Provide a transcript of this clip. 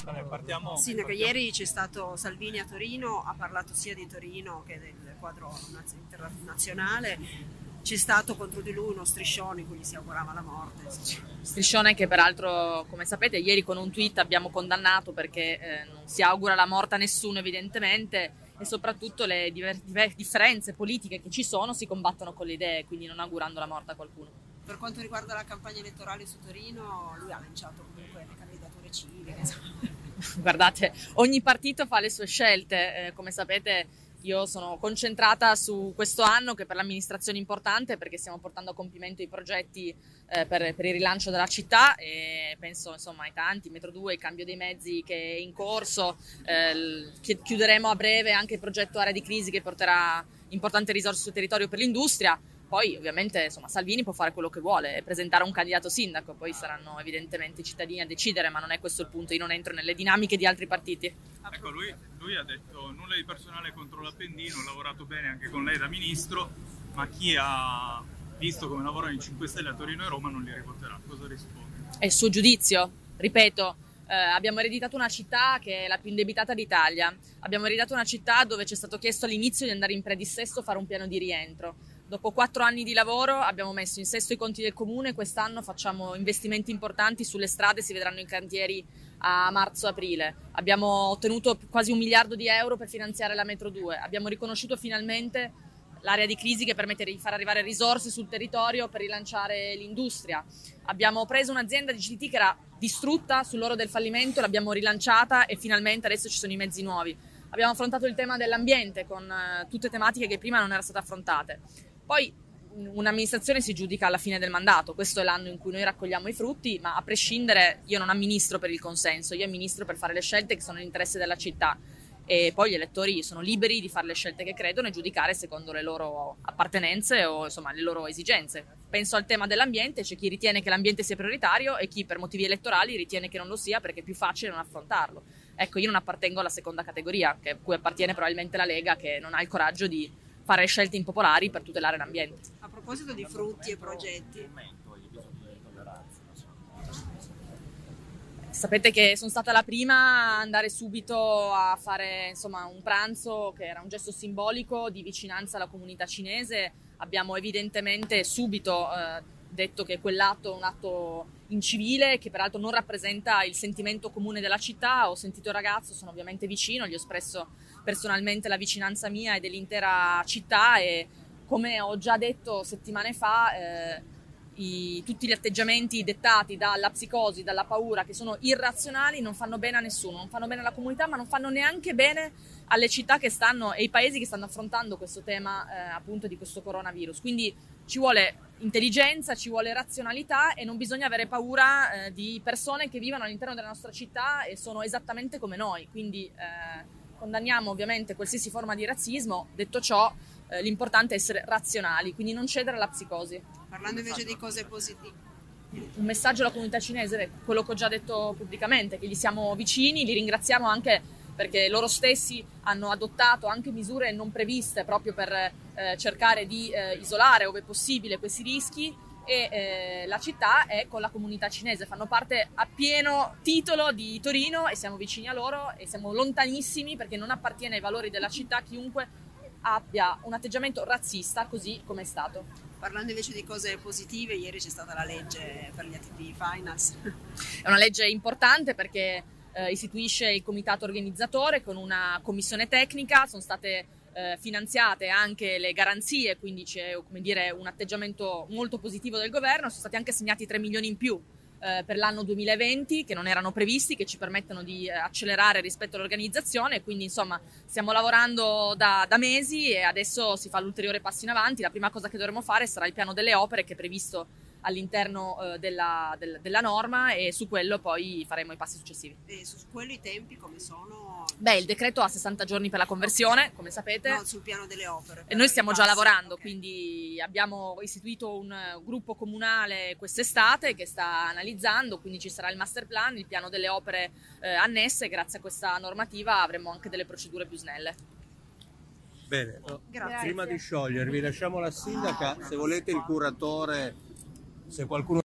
Sindaco, ieri c'è stato Salvini a Torino, ha parlato sia di Torino che del quadro internazionale. C'è stato contro di lui uno striscione in cui gli si augurava la morte. Striscione che peraltro, come sapete, ieri con un tweet abbiamo condannato perché non si augura la morte a nessuno evidentemente, e soprattutto le differenze politiche che ci sono si combattono con le idee, quindi non augurando la morte a qualcuno. Per quanto riguarda la campagna elettorale su Torino, lui ha lanciato comunque le candidature civiche. Guardate, ogni partito fa le sue scelte, come sapete io sono concentrata su questo anno che per l'amministrazione è importante perché stiamo portando a compimento i progetti per il rilancio della città e penso insomma ai tanti, Metro 2, il cambio dei mezzi che è in corso, chiuderemo a breve anche il progetto Area di Crisi che porterà importanti risorse sul territorio per l'industria. Poi ovviamente insomma, Salvini può fare quello che vuole e presentare un candidato sindaco, poi saranno evidentemente i cittadini a decidere, ma non è questo il punto, io non entro nelle dinamiche di altri partiti. Ecco, lui ha detto nulla di personale contro l'Appennino, ho lavorato bene anche con lei da ministro, ma chi ha visto come lavorano i 5 Stelle a Torino e Roma non li rivoterà. Cosa risponde? È il suo giudizio, ripeto. Abbiamo ereditato una città che è la più indebitata d'Italia, abbiamo ereditato una città dove ci è stato chiesto all'inizio di andare in predissesto, fare un piano di rientro. Dopo 4 anni di lavoro abbiamo messo in sesto i conti del comune, quest'anno facciamo investimenti importanti sulle strade, si vedranno i cantieri a marzo-aprile. Abbiamo ottenuto quasi 1 miliardo di euro per finanziare la Metro 2, abbiamo riconosciuto finalmente l'area di crisi che permette di far arrivare risorse sul territorio per rilanciare l'industria. Abbiamo preso un'azienda di GT che era distrutta sull'orlo del fallimento, l'abbiamo rilanciata e finalmente adesso ci sono i mezzi nuovi. Abbiamo affrontato il tema dell'ambiente con tutte tematiche che prima non erano state affrontate. Poi un'amministrazione si giudica alla fine del mandato, questo è l'anno in cui noi raccogliamo i frutti, ma a prescindere io non amministro per il consenso, io amministro per fare le scelte che sono nell'interesse della città e poi gli elettori sono liberi di fare le scelte che credono e giudicare secondo le loro appartenenze o insomma le loro esigenze. Penso al tema dell'ambiente, c'è chi ritiene che l'ambiente sia prioritario e chi per motivi elettorali ritiene che non lo sia perché è più facile non affrontarlo. Ecco, io non appartengo alla seconda categoria, a cui appartiene probabilmente la Lega che non ha il coraggio di fare scelte impopolari per tutelare l'ambiente. A proposito di frutti e progetti, sapete che sono stata la prima a andare subito a fare insomma un pranzo che era un gesto simbolico di vicinanza alla comunità cinese. Abbiamo evidentemente subito detto che quell'atto è un atto incivile che peraltro non rappresenta il sentimento comune della città. Ho sentito il ragazzo, sono ovviamente vicino, gli ho espresso personalmente la vicinanza mia e dell'intera città e come ho già detto settimane fa tutti gli atteggiamenti dettati dalla psicosi, dalla paura che sono irrazionali non fanno bene a nessuno, non fanno bene alla comunità ma non fanno neanche bene alle città che stanno e ai paesi che stanno affrontando questo tema appunto di questo coronavirus. Quindi ci vuole intelligenza, ci vuole razionalità e non bisogna avere paura di persone che vivono all'interno della nostra città e sono esattamente come noi. Quindi condanniamo ovviamente qualsiasi forma di razzismo, detto ciò l'importante è essere razionali, quindi non cedere alla psicosi. Parlando invece di cose positive. Un messaggio alla comunità cinese, quello che ho già detto pubblicamente, che gli siamo vicini, li ringraziamo anche perché loro stessi hanno adottato anche misure non previste proprio per cercare di isolare ove possibile questi rischi e la città è con la comunità cinese, fanno parte a pieno titolo di Torino e siamo vicini a loro e siamo lontanissimi perché non appartiene ai valori della città chiunque abbia un atteggiamento razzista così come è stato. Parlando invece di cose positive, ieri c'è stata la legge per gli ATP Finals. È una legge importante perché istituisce il comitato organizzatore con una commissione tecnica, sono state finanziate anche le garanzie, quindi c'è come dire, un atteggiamento molto positivo del governo, sono stati anche assegnati 3 milioni in più per l'anno 2020 che non erano previsti, che ci permettono di accelerare rispetto all'organizzazione, quindi insomma stiamo lavorando da mesi e adesso si fa l'ulteriore passo in avanti. La prima cosa che dovremo fare sarà il piano delle opere che è previsto all'interno della norma e su quello poi faremo i passi successivi. E su quello i tempi come sono? Beh, il decreto ha 60 giorni per la conversione, come sapete. No, sul piano delle opere. E noi stiamo già lavorando, okay. Quindi abbiamo istituito un gruppo comunale quest'estate che sta analizzando, quindi ci sarà il master plan, il piano delle opere annesse e grazie a questa normativa avremo anche delle procedure più snelle. Bene, Grazie. prima di sciogliervi lasciamo la sindaca, se volete il curatore, se qualcuno